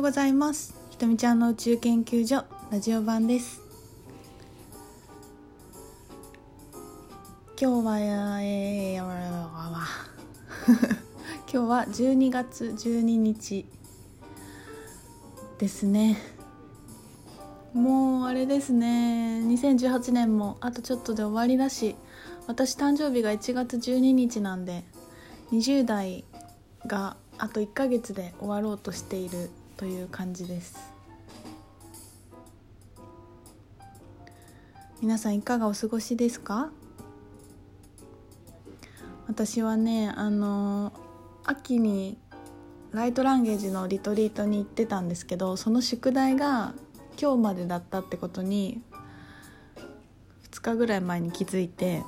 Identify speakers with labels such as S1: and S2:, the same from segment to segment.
S1: うございます。ひとみちゃんの宇宙研究所ラジオ版です。今日は今日は12月12日ですね。もうあれですね、2018年もあとちょっとで終わりだし、私誕生日が1月12日なんで20代があと1ヶ月で終わろうとしているという感じです。皆さんいかがお過ごしですか？私はね、秋にライトランゲージのリトリートに行ってたんですけど、その宿題が今日までだったってことに2日ぐらい前に気づいて、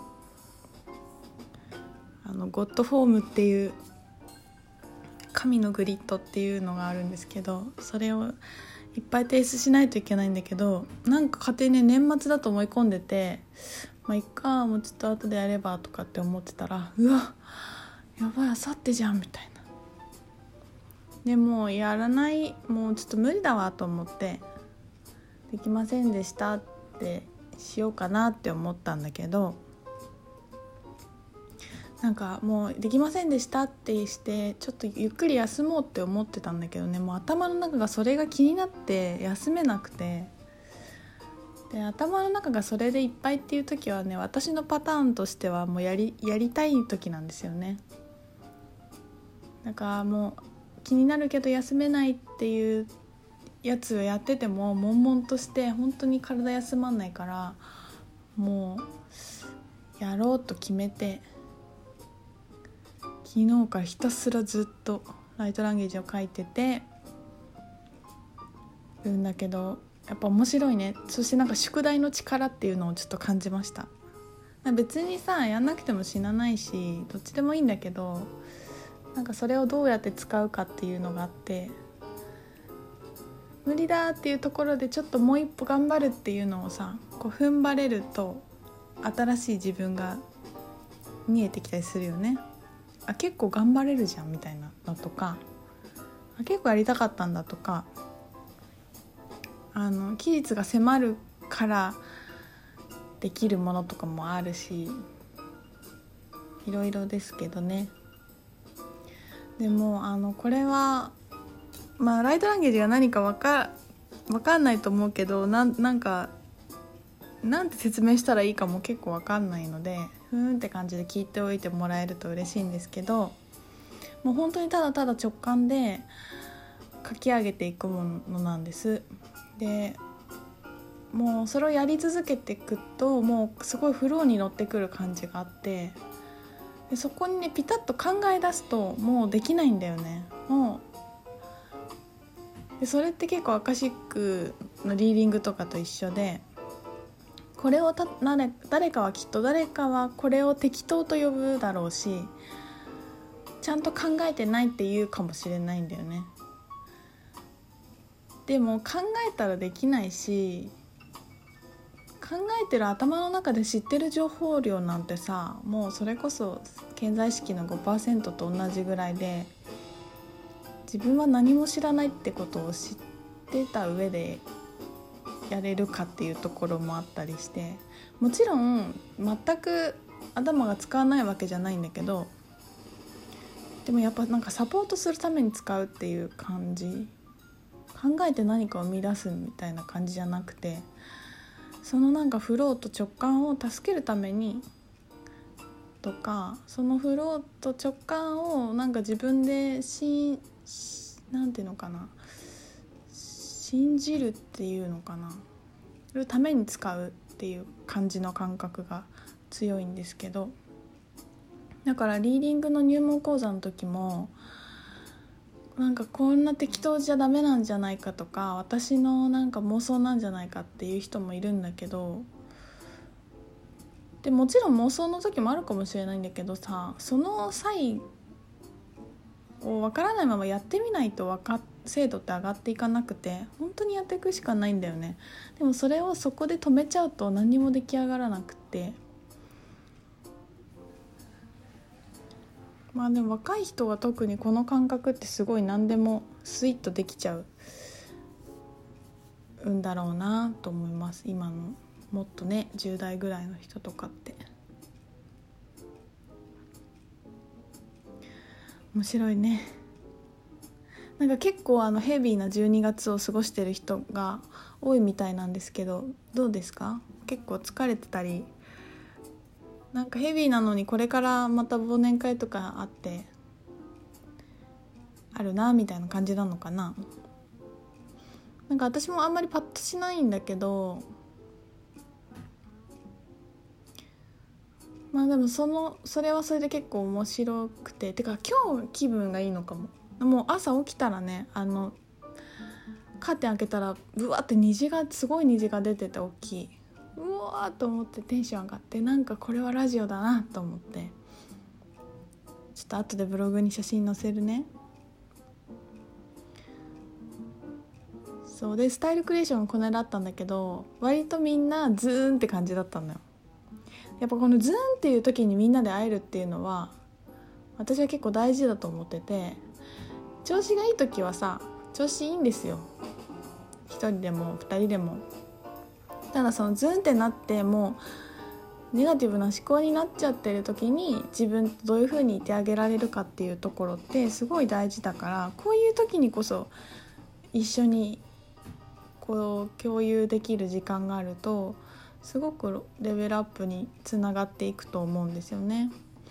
S1: ゴッドフォームっていう神のグリッドっていうのがあるんですけど、それをいっぱい提出しないといけないんだけど、なんか勝手にね、年末だと思い込んでて、いっか、もうちょっと後でやればとかって思ってたら、うわやばい、明後日じゃんみたいな。でもやらない、もうちょっと無理だわと思って、できませんでしたってしようかなって思ったんだけど、なんかもうできませんでしたってしてちょっとゆっくり休もうって思ってたんだけどね、もう頭の中がそれが気になって休めなくて、で頭の中がそれでいっぱいっていう時はね、私のパターンとしてはもうやりたい時なんですよね。だからもう気になるけど休めないっていうやつをやってても悶々として本当に体休まんないから、もうやろうと決めて、昨日からひたすらずっとライトランゲージを書いててるんだけど、やっぱ面白いね。そしてなんか宿題の力っていうのをちょっと感じました。別にさ、やんなくても死なないしどっちでもいいんだけど、なんかそれをどうやって使うかっていうのがあって、無理だっていうところでちょっともう一歩頑張るっていうのをさ、こう踏ん張れると新しい自分が見えてきたりするよね。結構頑張れるじゃんみたいなのとか、結構やりたかったんだとか、期日が迫るからできるものとかもあるし、いろいろですけどね。でもこれはライトランゲージが何かわかんないと思うけど、なんかなんて説明したらいいかも結構わかんないので、ふーんって感じで聞いておいてもらえると嬉しいんですけど、もう本当にただただ直感で書き上げていくものなんです。でもうそれをやり続けていくと、もうすごいフローに乗ってくる感じがあって、でそこにねピタッと考え出すともうできないんだよね。もうでそれって結構アカシックのリーディングとかと一緒で、これを誰かはきっと誰かはこれを適当と呼ぶだろうし、ちゃんと考えてないって言うかもしれないんだよね。でも考えたらできないし、考えてる頭の中で知ってる情報量なんてさ、もうそれこそ潜在意識の 5% と同じぐらいで、自分は何も知らないってことを知ってた上でやれるかっていうところもあったりして、もちろん全く頭が使わないわけじゃないんだけど、でもやっぱなんかサポートするために使うっていう感じ、考えて何かを生み出すみたいな感じじゃなくて、そのなんかフローと直感を助けるためにとか、そのフローと直感をなんか自分でなんていうのかな、信じるっていうのかな、それをために使うっていう感じの感覚が強いんですけど、だからリーディングの入門講座の時も、なんかこんな適当じゃダメなんじゃないかとか、私のなんか妄想なんじゃないかっていう人もいるんだけど、でもちろん妄想の時もあるかもしれないんだけどさ、その際を分からないままやってみないと精度って上がっていかなくて、本当にやっていくしかないんだよね。でもそれをそこで止めちゃうと何も出来上がらなくて、でも若い人は特にこの感覚ってすごい何でもスイッとできちゃうんだろうなと思います。今のもっとね10代ぐらいの人とかって面白いね。なんか結構ヘビーな12月を過ごしてる人が多いみたいなんですけど、どうですか？結構疲れてたり、なんかヘビーなのにこれからまた忘年会とかあってあるなみたいな感じなのかな。なんか私もあんまりパッとしないんだけど、まあでもそれはそれで結構面白くて、てか今日気分がいいのかも。もう朝起きたらね、カーテン開けたらブワってすごい虹が出てて大きい、うわーと思ってテンション上がって、なんかこれはラジオだなと思って、ちょっと後でブログに写真載せるね。そうでスタイルクリエーションこの間あったんだけど、割とみんなズーンって感じだったんだよ。やっぱこのズーンっていう時にみんなで会えるっていうのは私は結構大事だと思ってて、調子がいい時はさ調子いいんですよ、一人でも二人でも。ただそのズンってなってもうネガティブな思考になっちゃってる時に自分とどういう風にいてあげられるかっていうところってすごい大事だから、こういう時にこそ一緒にこう共有できる時間があるとすごくレベルアップにつながっていくと思うんですよね。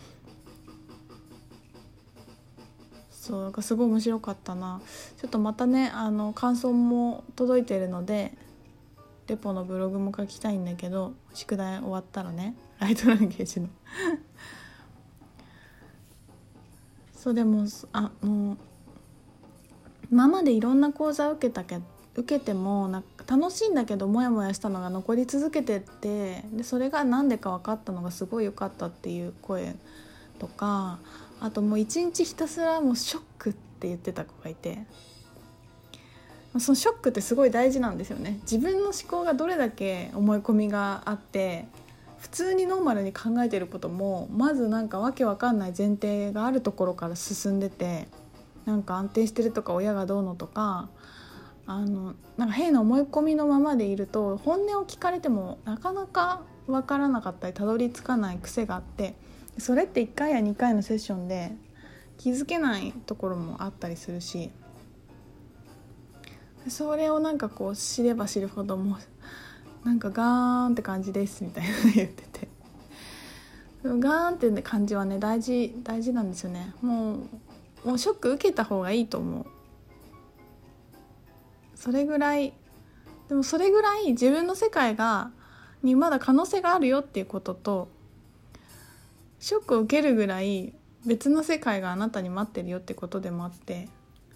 S1: そうなんかすごい面白かったな。ちょっとまたね感想も届いてるのでレポのブログも書きたいんだけど、宿題終わったらね、ライトランゲージのそうでももう今までいろんな講座受けてもなんか楽しいんだけどモヤモヤしたのが残り続けてって、でそれが何でか分かったのがすごい良かったっていう声とか、あともう一日ひたすらもうショックって言ってた子がいて、そのショックってすごい大事なんですよね。自分の思考がどれだけ思い込みがあって普通にノーマルに考えてることもまずなんかわけわかんない前提があるところから進んでて、なんか安定してるとか親がどうのとかなんか変な思い込みのままでいると本音を聞かれてもなかなかわからなかったりたどり着かない癖があって、それって1回や2回のセッションで気づけないところもあったりするし、それをなんかこう知れば知るほどもうなんかガーンって感じですみたいな言ってて、ガーンって感じはね大事なんですよね。もうショック受けた方がいいと思う。それぐらい自分の世界にまだ可能性があるよっていうことと、ショックを受けるぐらい別の世界があなたに待ってるよってことでもあって、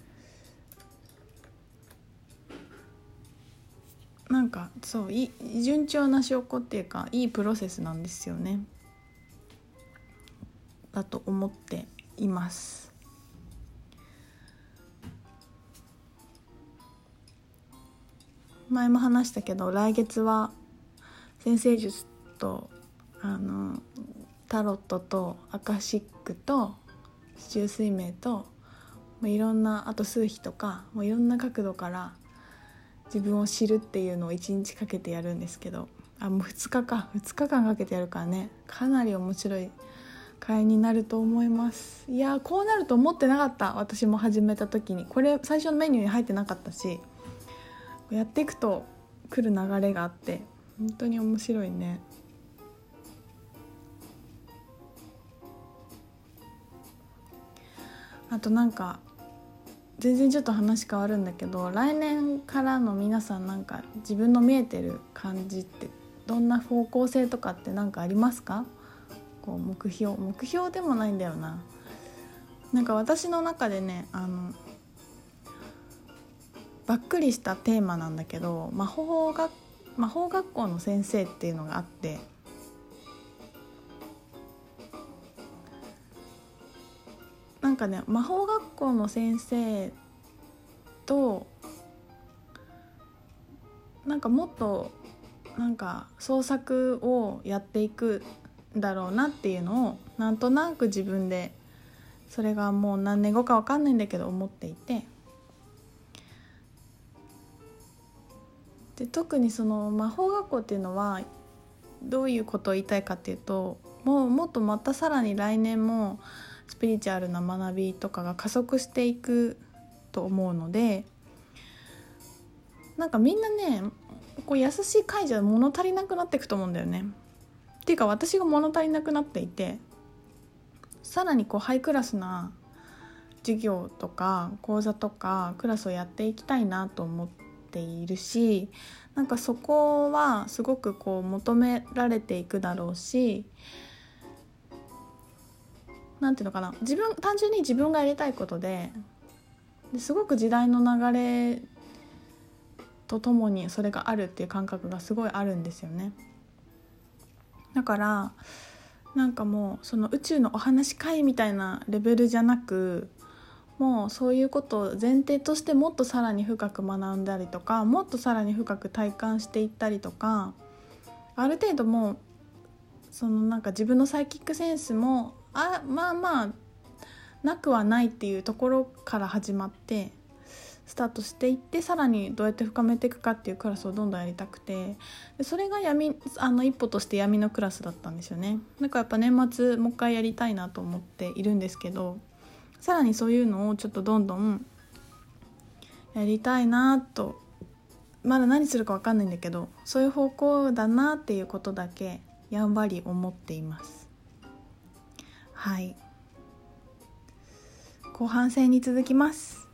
S1: なんかそう順調な証拠っていうかいいプロセスなんですよね、だと思っています。前も話したけど来月は占星術とタロットとアカシックと四柱推命といろんな、あと数秘とかもういろんな角度から自分を知るっていうのを1日かけてやるんですけど、もう2日間かけてやるからね、かなり面白い会になると思います。いやこうなると思ってなかった。私も始めた時にこれ最初のメニューに入ってなかったし、やっていくと来る流れがあって本当に面白いね。あとなんか全然ちょっと話変わるんだけど、来年からの皆さんなんか自分の見えてる感じってどんな方向性とかって何かありますか？こう目標でもないんだよな。なんか私の中でねばっくりしたテーマなんだけど、魔法学校の先生っていうのがあって、なんかね魔法学校の先生となんかもっとなんか創作をやっていくんだろうなっていうのをなんとなく自分で、それがもう何年後か分かんないんだけど思っていて、 で特にその魔法学校っていうのはどういうことを言いたいかっていうと、もっとまたさらに来年もスピリチュアルな学びとかが加速していくと思うので、なんかみんなねこう優しい会じゃ物足りなくなっていくと思うんだよね。っていうか私が物足りなくなっていて、さらにこうハイクラスな授業とか講座とかクラスをやっていきたいなと思っているし、なんかそこはすごくこう求められていくだろうし、なんていうのかな、単純に自分がやりたいことですごく時代の流れとともにそれがあるっていう感覚がすごいあるんですよね。だからなんかもうその宇宙のお話会みたいなレベルじゃなく、もうそういうことを前提としてもっとさらに深く学んだりとか、もっとさらに深く体感していったりとか、ある程度もうそのなんか自分のサイキックセンスもまあなくはないっていうところから始まってスタートしていって、さらにどうやって深めていくかっていうクラスをどんどんやりたくて、でそれが一歩として闇のクラスだったんですよね。だからやっぱ年末もう一回やりたいなと思っているんですけど、さらにそういうのをちょっとどんどんやりたいなと、まだ何するか分かんないんだけど、そういう方向だなっていうことだけやんわり思っています。はい、後半戦に続きます。